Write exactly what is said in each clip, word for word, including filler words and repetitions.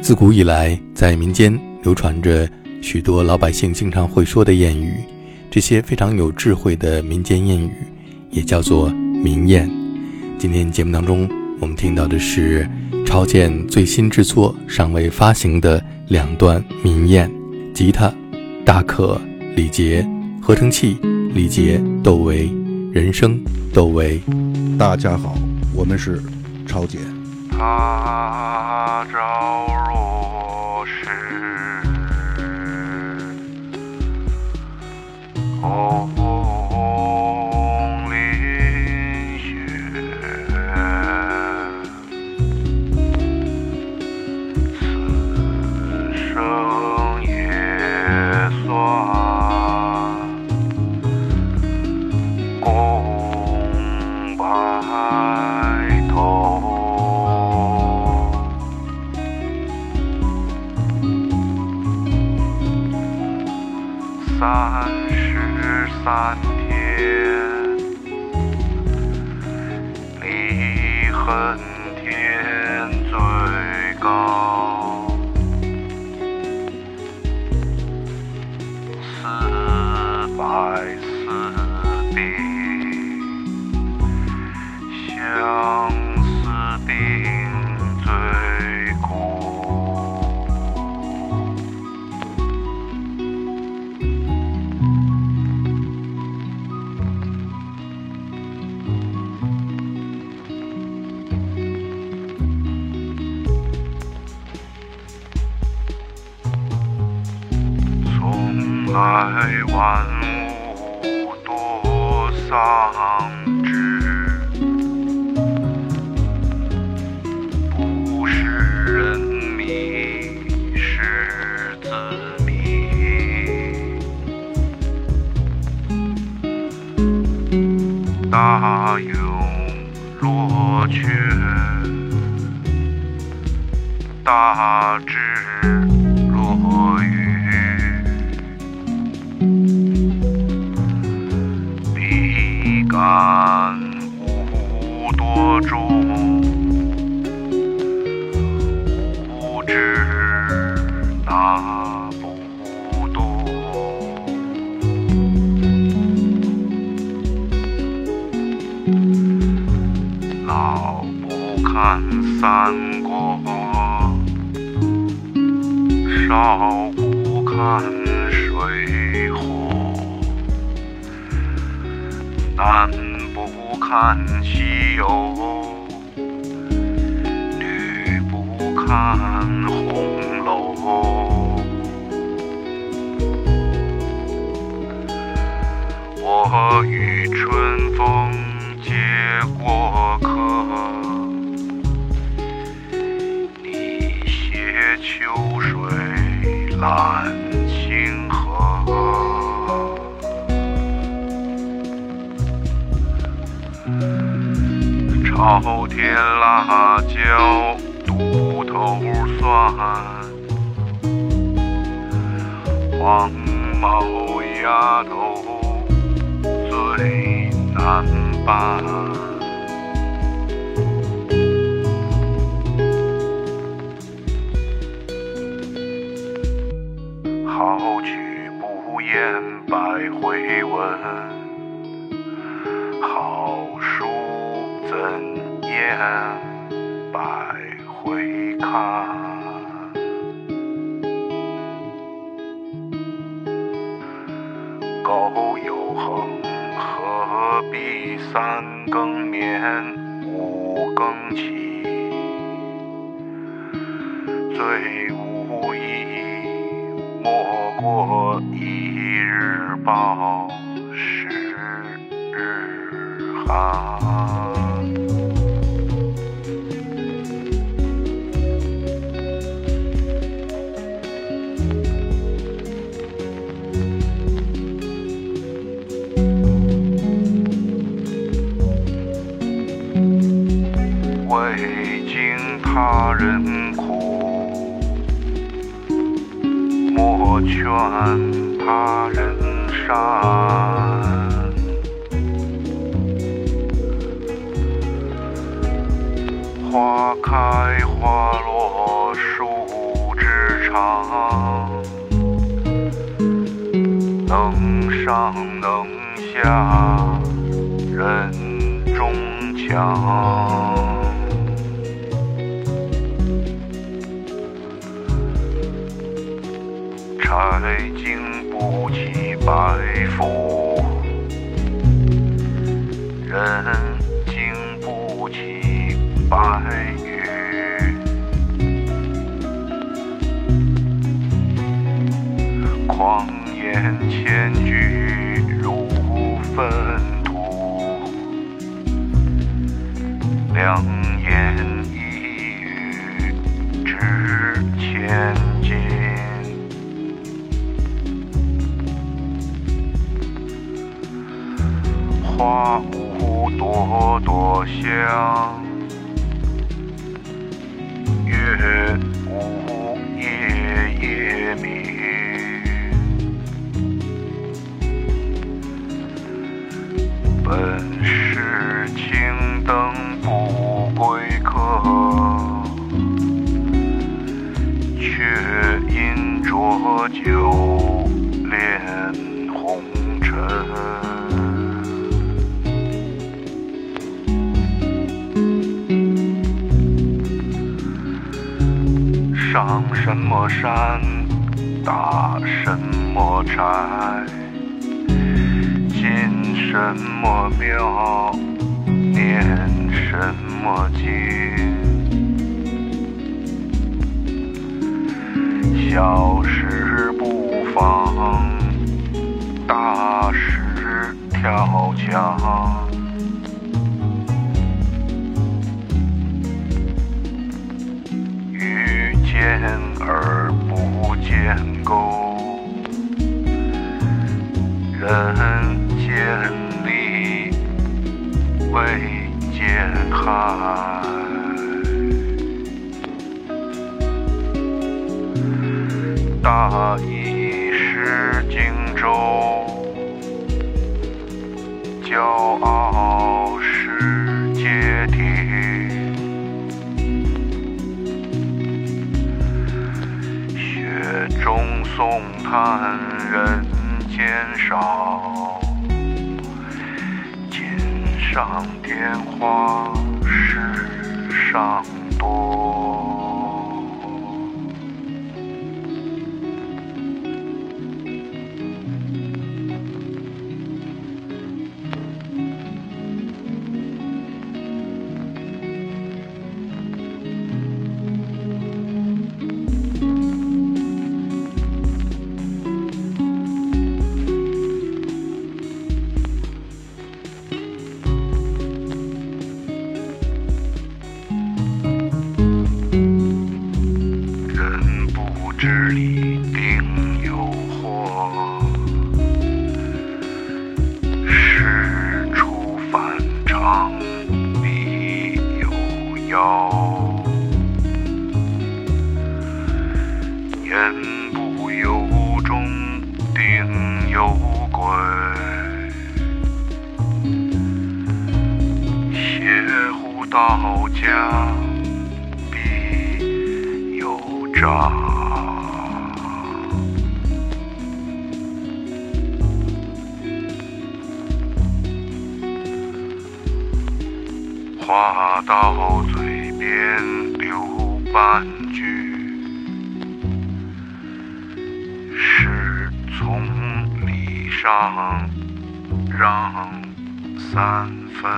自古以来，在民间流传着许多老百姓经常会说的谚语，这些非常有智慧的民间谚语也叫做民谚。今天节目当中我们听到的是超健最新制作尚未发行的两段民谚，吉他大可李杰，合成器李杰窦唯，人声窦唯。 大家好，我们是超健。 他朝若是红林雪，此生也算共白头。三十三天，离恨天最高，四百四病，相思病最苦。从来万物多丧志，不是人迷是自迷。大勇若缺，大智若愚，笔杆无多重，无知拿不动。老不看三国，少不看水浒，男不看西游，女不看红楼。我与春风结过客，你携秋水揽清河。朝天辣椒肚头酸，黄毛丫头最难办。好曲不言百回闻，好书怎言百回看。苟有恒，何必三更眠，五更起。最无益，莫过一日暴，十日寒。未经他人苦，莫劝他人善。花开花落树上能下人中强，柴经不起白骨，人经不起白玉。狂言千句如粪土，良言一语值千金。花无朵朵香，月无夜夜明。本是青灯不归客，却因浊酒恋红尘。上什么山，打什么柴，进什么庙，念什么经。小事不妨，大事跳墙。遇见而不见钩，人见利未见害。大义失荆州，骄傲失阶梯。雪中送炭人间少，锦上添花世上多。知理定有祸，事出反常必有妖。言不由衷定有鬼，邪乎道家必有诈。话到嘴边留半句，是从理上让三分。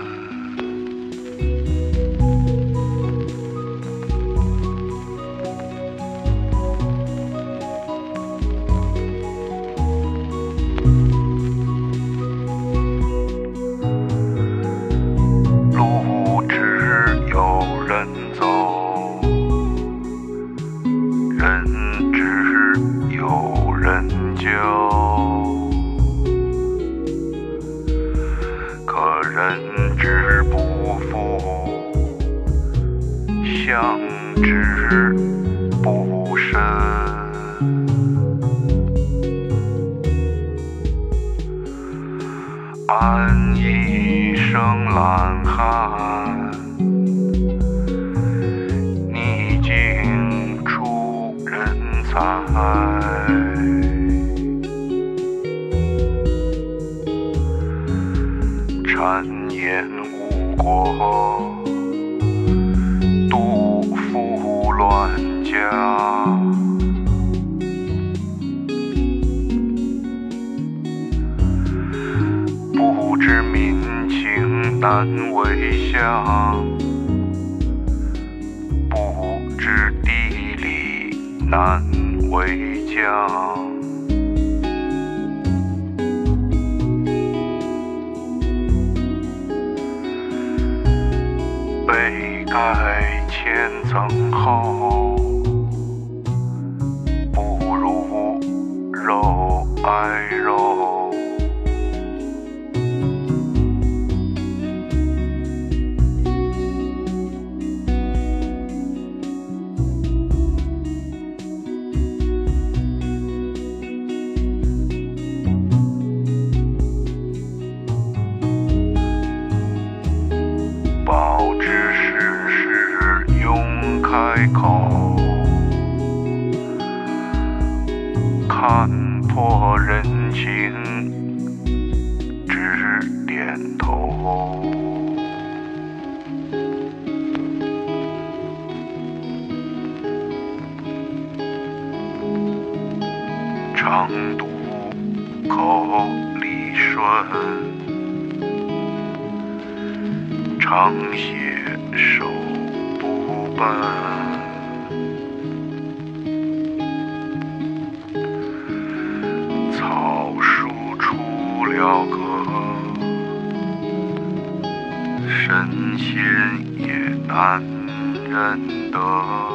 人之不富，相之不深。安一生懒汉，逆境出人才。 杜甫乱家，不知民情难为乡，不知地理难为疆。杯盖千层厚，不如肉挨肉。报之时事永开口，看破人情只点头。常读口理顺，常写手不笨。草书出了个神仙也难认得。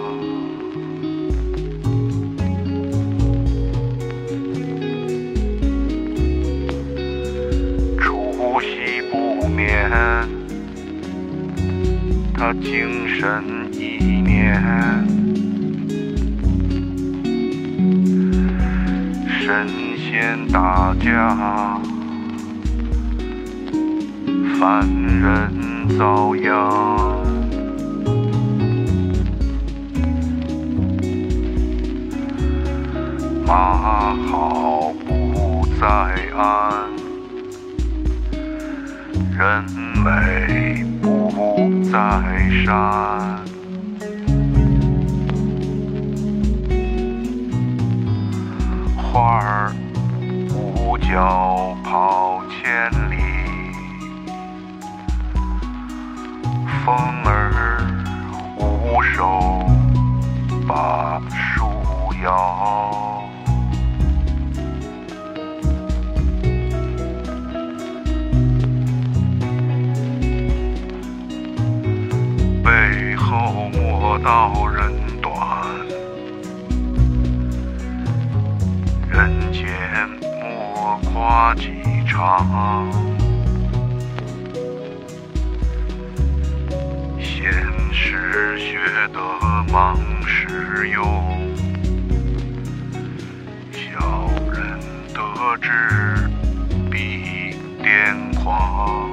除夕不眠，他精神一年。神仙打架，凡人遭殃。马好不在鞍，人美不在山。花儿无脚跑千里，风儿无手把树摇。背后莫道人短，人间莫夸己长。闲时学得忙时用，小人得志必癫狂。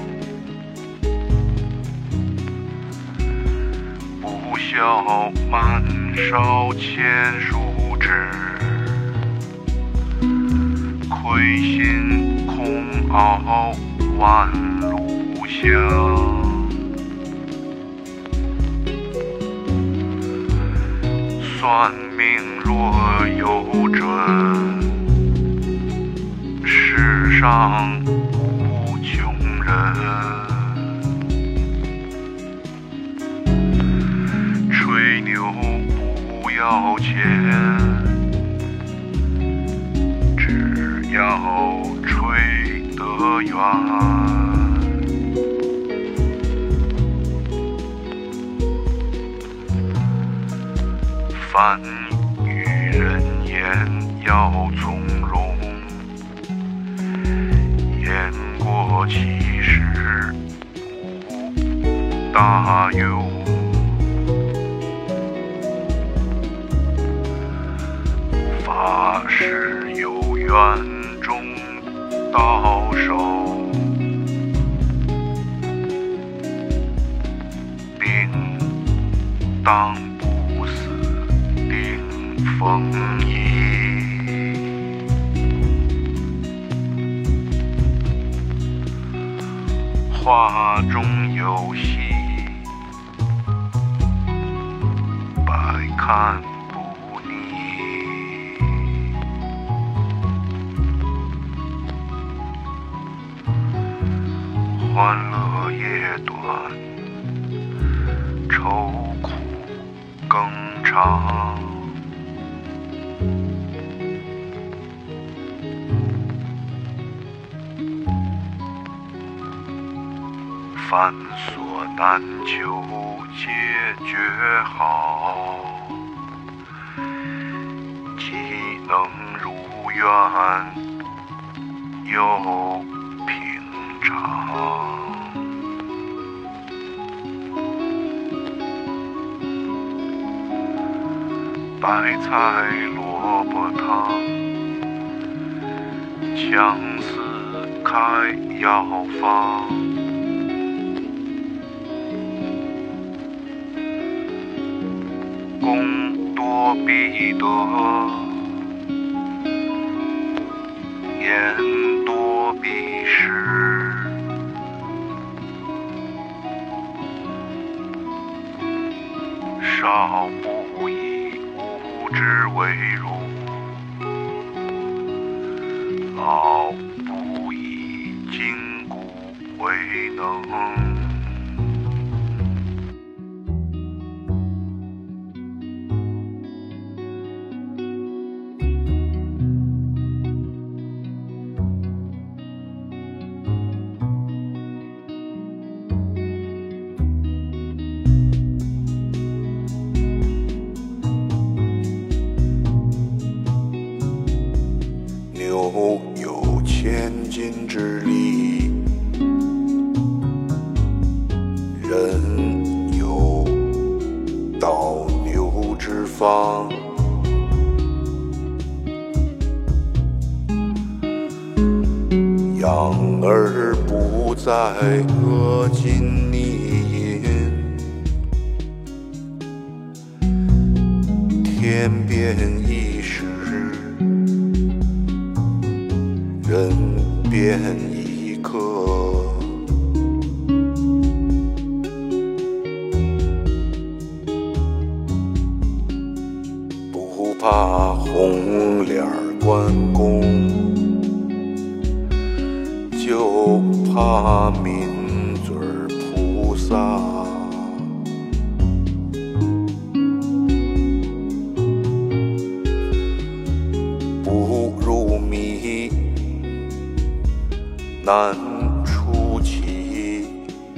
不孝满烧千树枝，亏心空熬万炉香。算命若有准，世上无穷人。吹牛不要钱，只要吹得远。凡与人言要从容，言过其实无大用。法事有缘终到手，并当不死定风衣。话中有游戏，百看不腻。欢乐也短，愁苦更长。繁琐难求解决好，既能如愿又平常。白菜萝卜汤，相思开药方。功多必得，言多必失。少不以无知为荣，老不以筋骨为能。牛有千斤之力，人有倒牛之方。养儿不在鹅金泥银，天边一时，人变一刻。不怕红脸关公，就怕抿嘴菩萨。不入迷难出奇，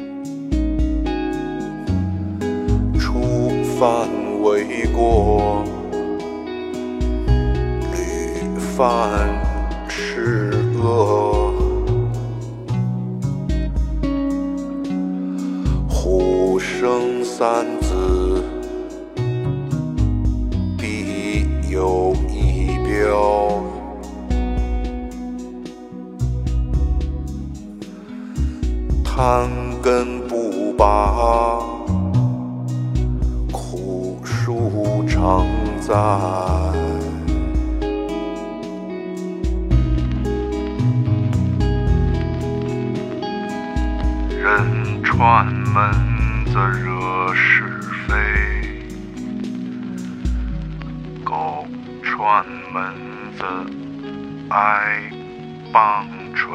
触犯为过，屡犯是恶。虎生三子，必有一标。贪根不拔，苦树常在。人串门子惹是非，狗串门子挨棒槌。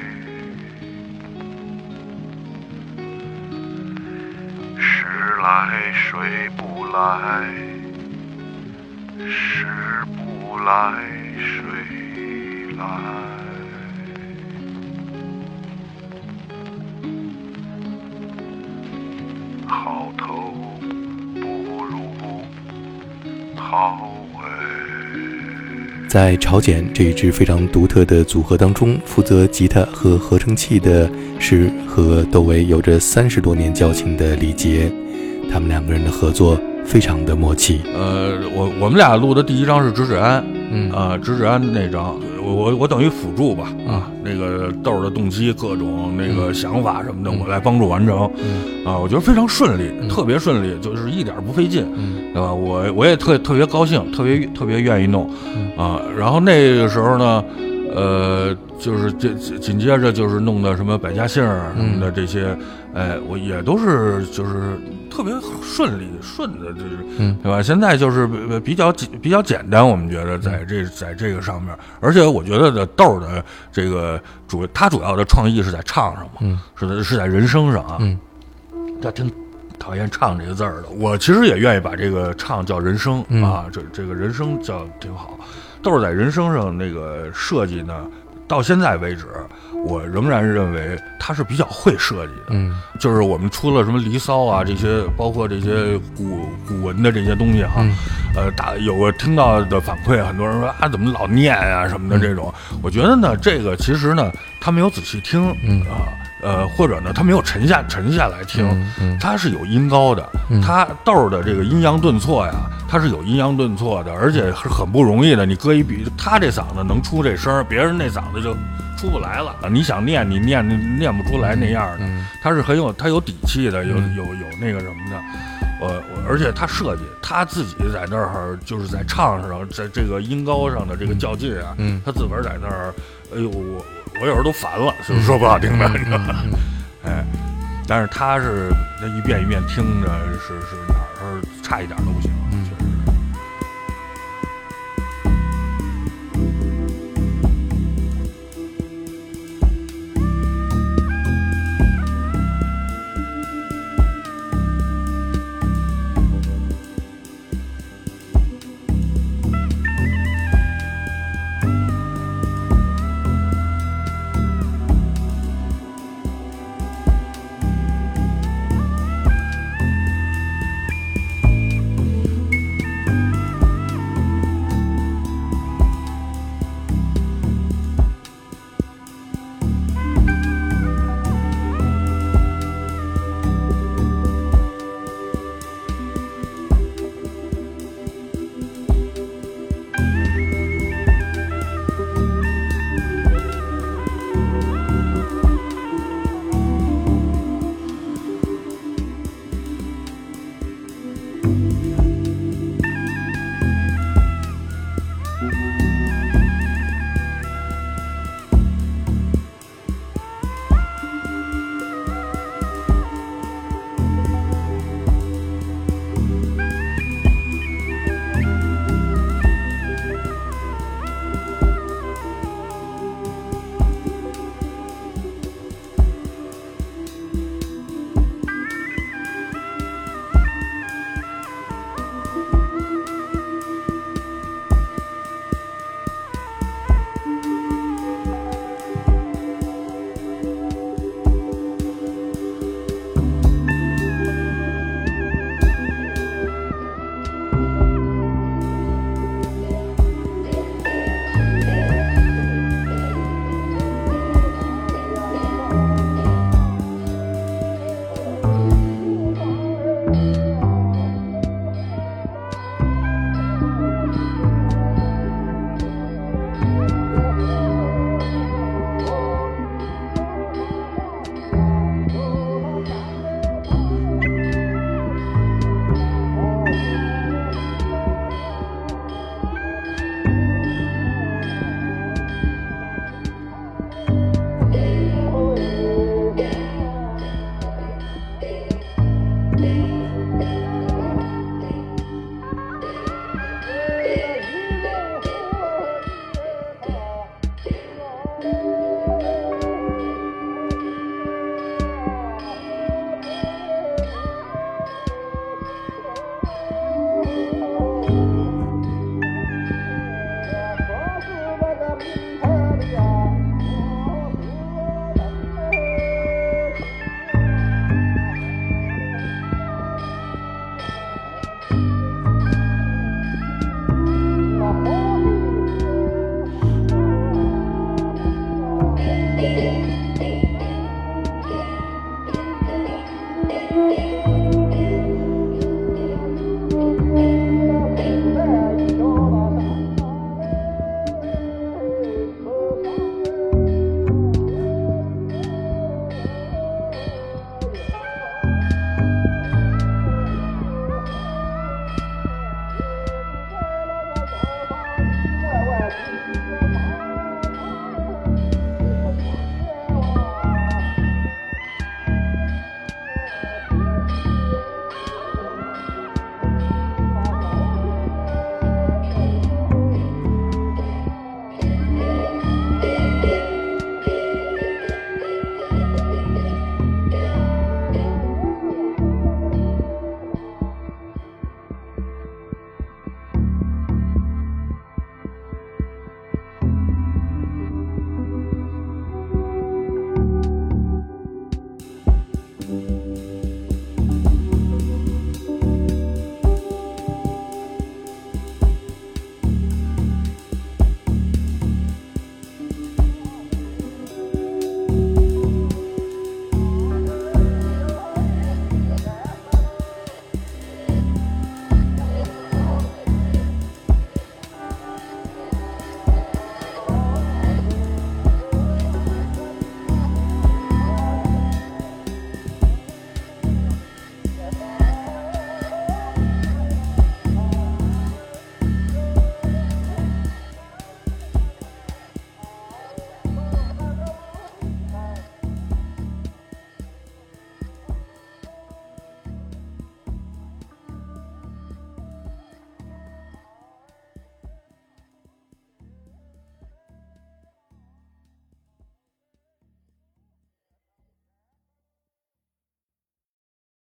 时来水不来，时不来水来。好头不如好尾。 在朝鲜这一支非常独特的组合当中，负责吉他和合成器的是和窦唯有着三十多年交情的李杰，他们两个人的合作非常的默契。 呃，我我们俩录的第一张是直指安， 嗯啊、呃，直指安那张，我我我等于辅助吧，啊，那个豆的动机、各种那个想法什么的， 嗯、 我来帮助完成， 嗯啊，我觉得非常顺利， 嗯、 特别顺利，就是一点不费劲， 嗯， 对吧？我我也特特别高兴，特别特别愿意弄， 嗯、 啊，然后那个时候呢。 呃，就是这紧接着就是弄的什么百家姓啊什么的这些，嗯、哎，我也都是就是特别顺利顺的，就是， 嗯， 对吧？现在就是比较比较简单，我们觉得在这在这个上面，而且我觉得的豆的这个主，他主要的创意是在唱上嘛， 嗯， 是在是在人声上啊， 嗯， 他挺讨厌唱这个字儿的，我其实也愿意把这个唱叫人声、 嗯、 啊，这这个人声叫挺好。豆儿在人声上那个设计呢，到现在为止，我仍然认为他是比较会设计的。 嗯， 就是我们出了什么离骚啊，这些包括这些古古文的这些东西哈、 嗯， 呃，大有个听到的反馈，很多人说啊，怎么老念啊什么的这种，嗯、我觉得呢，这个其实呢，他没有仔细听， 嗯啊。呃，或者呢，他没有沉下沉下来听， 嗯嗯、 他是有音高的， 嗯、 他豆的这个阴阳顿挫呀，他是有阴阳顿挫的，而且是很不容易的。你搁一比，他这嗓子能出这声，别人那嗓子就出不来了。你想念，你念念不出来那样的， 嗯、 他是很有他有底气的，有有有那个什么的。呃，而且他设计他自己在那儿，就是在唱上，在这个音高上的这个较劲啊， 嗯、 他自个儿在那儿，哎呦我。我有时候都烦了，就是说不好听的，你知道吗？哎，但是他是那一遍一遍听着，是是哪儿差一点都不